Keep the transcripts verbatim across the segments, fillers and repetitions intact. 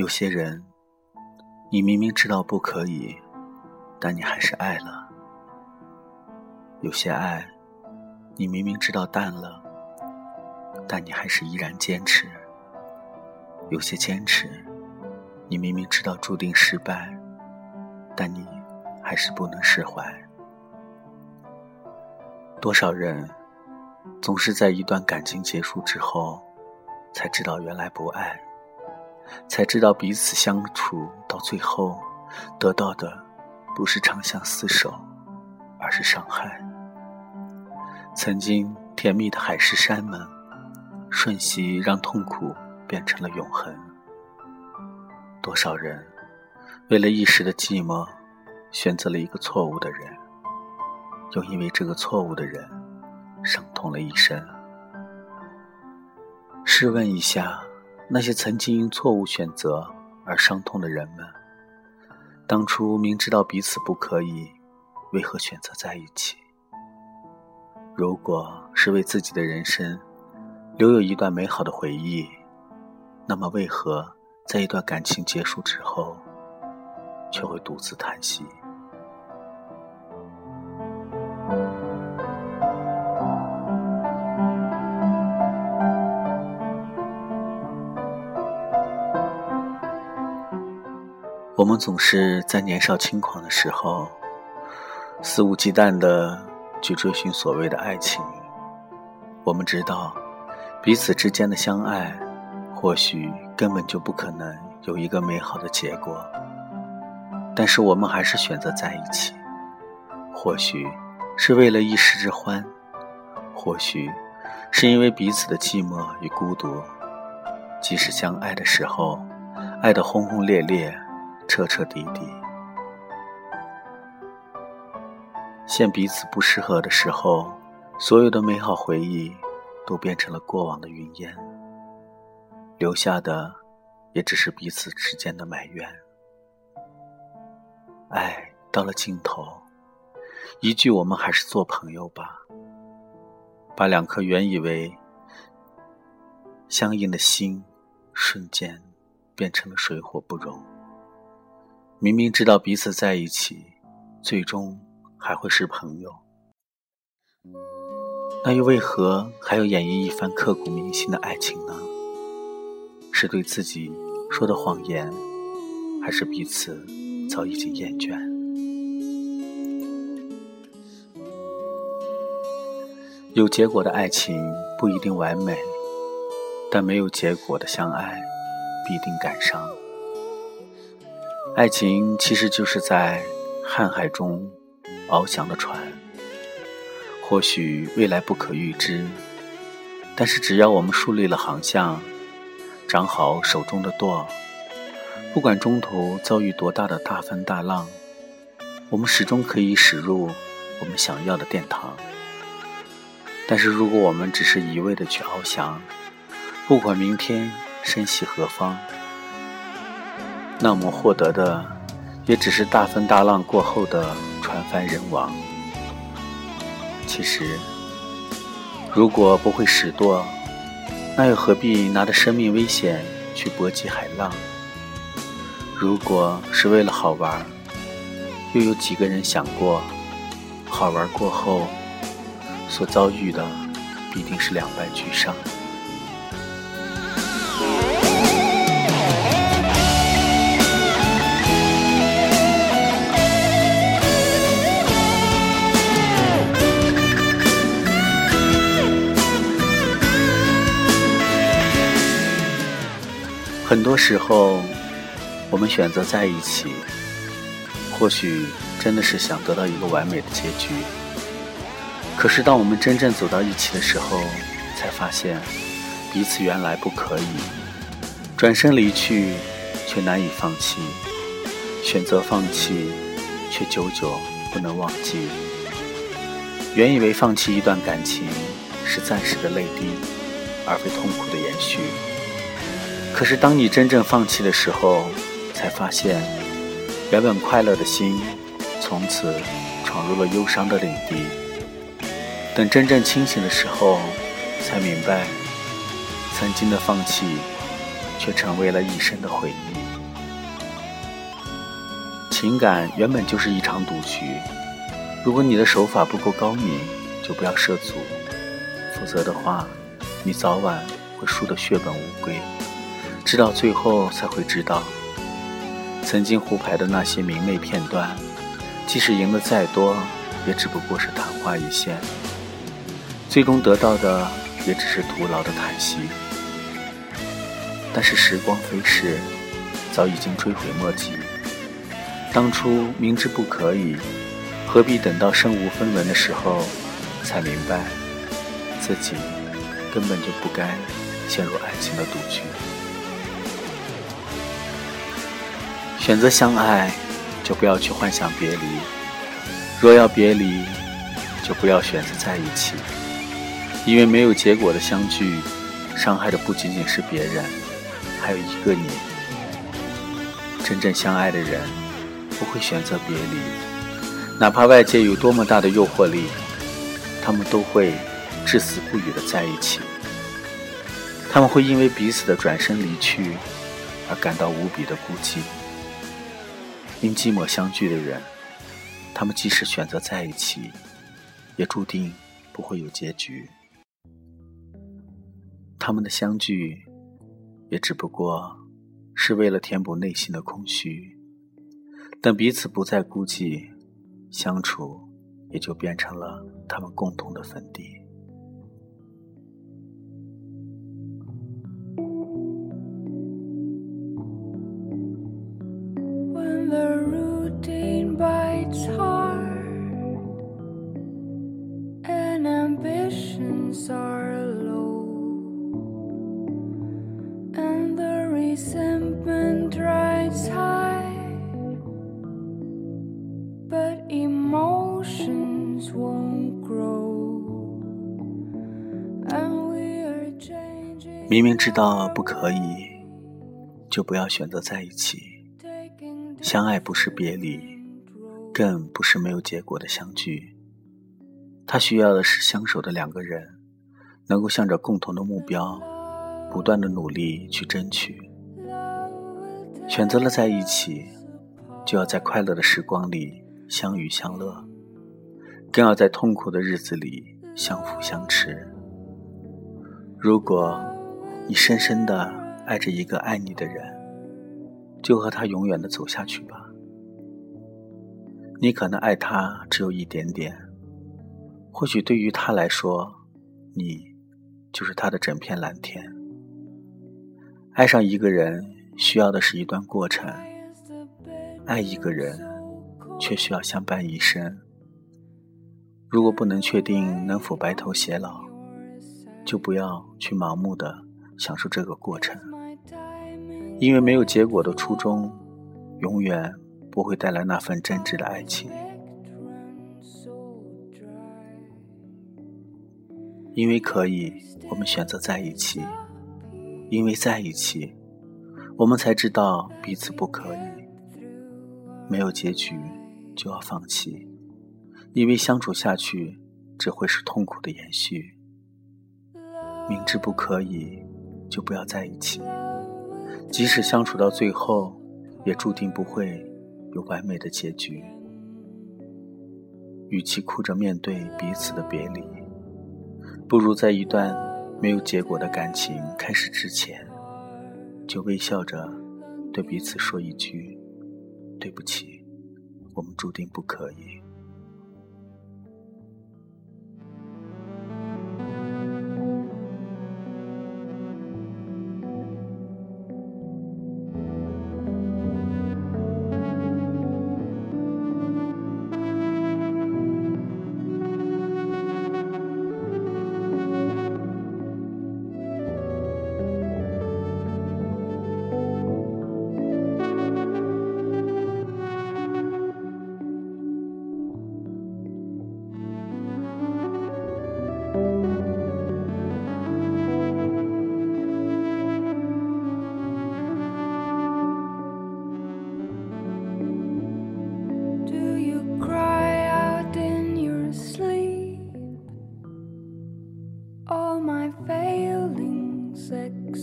有些人，你明明知道不可以，但你还是爱了；有些爱，你明明知道淡了，但你还是依然坚持；有些坚持，你明明知道注定失败，但你还是不能释怀。多少人总是在一段感情结束之后，才知道原来不爱，才知道彼此相处到最后得到的不是长相厮守，而是伤害。曾经甜蜜的海誓山盟，瞬息让痛苦变成了永恒。多少人为了一时的寂寞，选择了一个错误的人，又因为这个错误的人伤痛了一生。试问一下，那些曾经因错误选择而伤痛的人们，当初明知道彼此不可以，为何选择在一起？如果是为自己的人生留有一段美好的回忆，那么为何在一段感情结束之后，却会独自叹息？我们总是在年少轻狂的时候，肆无忌惮地去追寻所谓的爱情。我们知道彼此之间的相爱或许根本就不可能有一个美好的结果，但是我们还是选择在一起。或许是为了一时之欢，或许是因为彼此的寂寞与孤独。即使相爱的时候爱得轰轰烈烈，彻彻底底，现彼此不适合的时候，所有的美好回忆都变成了过往的云烟，留下的也只是彼此之间的埋怨。爱到了尽头，一句我们还是做朋友吧，把两颗原以为相应的心瞬间变成了水火不容。明明知道彼此在一起最终还会是朋友，那又为何还要演绎一番刻骨铭心的爱情呢？是对自己说的谎言，还是彼此早已经厌倦？有结果的爱情不一定完美，但没有结果的相爱必定感伤。爱情其实就是在瀚海中翱翔的船，或许未来不可预知，但是只要我们树立了航向，掌好手中的舵，不管中途遭遇多大的大风大浪，我们始终可以驶入我们想要的殿堂。但是如果我们只是一味的去翱翔，不管明天身系何方，那我们获得的也只是大风大浪过后的船翻人亡。其实如果不会驶舵，那又何必拿着生命危险去搏击海浪？如果是为了好玩，又有几个人想过好玩过后所遭遇的必定是两败俱伤？很多时候我们选择在一起，或许真的是想得到一个完美的结局，可是当我们真正走到一起的时候，才发现彼此原来不可以，转身离去却难以放弃，选择放弃却久久不能忘记。原以为放弃一段感情是暂时的泪滴，而非痛苦的延续，可是当你真正放弃的时候，才发现原本快乐的心从此闯入了忧伤的领地。等真正清醒的时候，才明白曾经的放弃却成为了一生的回忆。 情感原本就是一场赌局，如果你的手法不够高明，就不要涉足，否则的话，你早晚会输得血本无归，直到最后才会知道，曾经胡牌的那些明媚片段，即使赢得再多，也只不过是昙花一现，最终得到的也只是徒劳的叹息。但是时光飞逝，早已经追悔莫及。当初明知不可以，何必等到身无分文的时候，才明白自己根本就不该陷入爱情的赌局。选择相爱，就不要去幻想别离；若要别离，就不要选择在一起。因为没有结果的相聚，伤害的不仅仅是别人，还有一个你。真正相爱的人不会选择别离，哪怕外界有多么大的诱惑力，他们都会至死不渝地在一起。他们会因为彼此的转身离去而感到无比的孤寂。因寂寞相聚的人，他们即使选择在一起，也注定不会有结局。他们的相聚也只不过是为了填补内心的空虚，等彼此不再孤寂，相处也就变成了他们共同的坟地。 When the routine bites hard and ambitions are low and the resentment rides high, but emotions won't grow and we are changing. 明明知道不可以，就不要选择在一起。相爱不是别离，更不是没有结果的相聚。他需要的是相守的两个人，能够向着共同的目标不断的努力去争取。选择了在一起，就要在快乐的时光里相遇相乐，更要在痛苦的日子里相扶相持。如果你深深地爱着一个爱你的人，就和他永远地走下去吧。你可能爱他只有一点点，或许对于他来说，你就是他的整片蓝天。爱上一个人需要的是一段过程，爱一个人却需要相伴一生。如果不能确定能否白头偕老，就不要去盲目地享受这个过程，因为没有结果的初衷永远不会带来那份真挚的爱情。因为可以，我们选择在一起；因为在一起，我们才知道彼此不可以。没有结局就要放弃，因为相处下去只会是痛苦的延续。明知不可以，就不要在一起。即使相处到最后，也注定不会有完美的结局。与其哭着面对彼此的别离，不如在一段没有结果的感情开始之前，就微笑着对彼此说一句：对不起，我们注定不可以。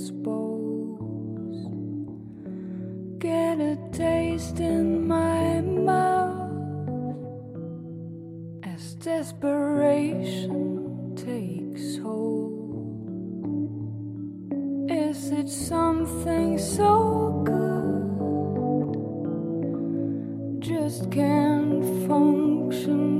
Get a taste in my desperation takes hold? Is it something so good just can't function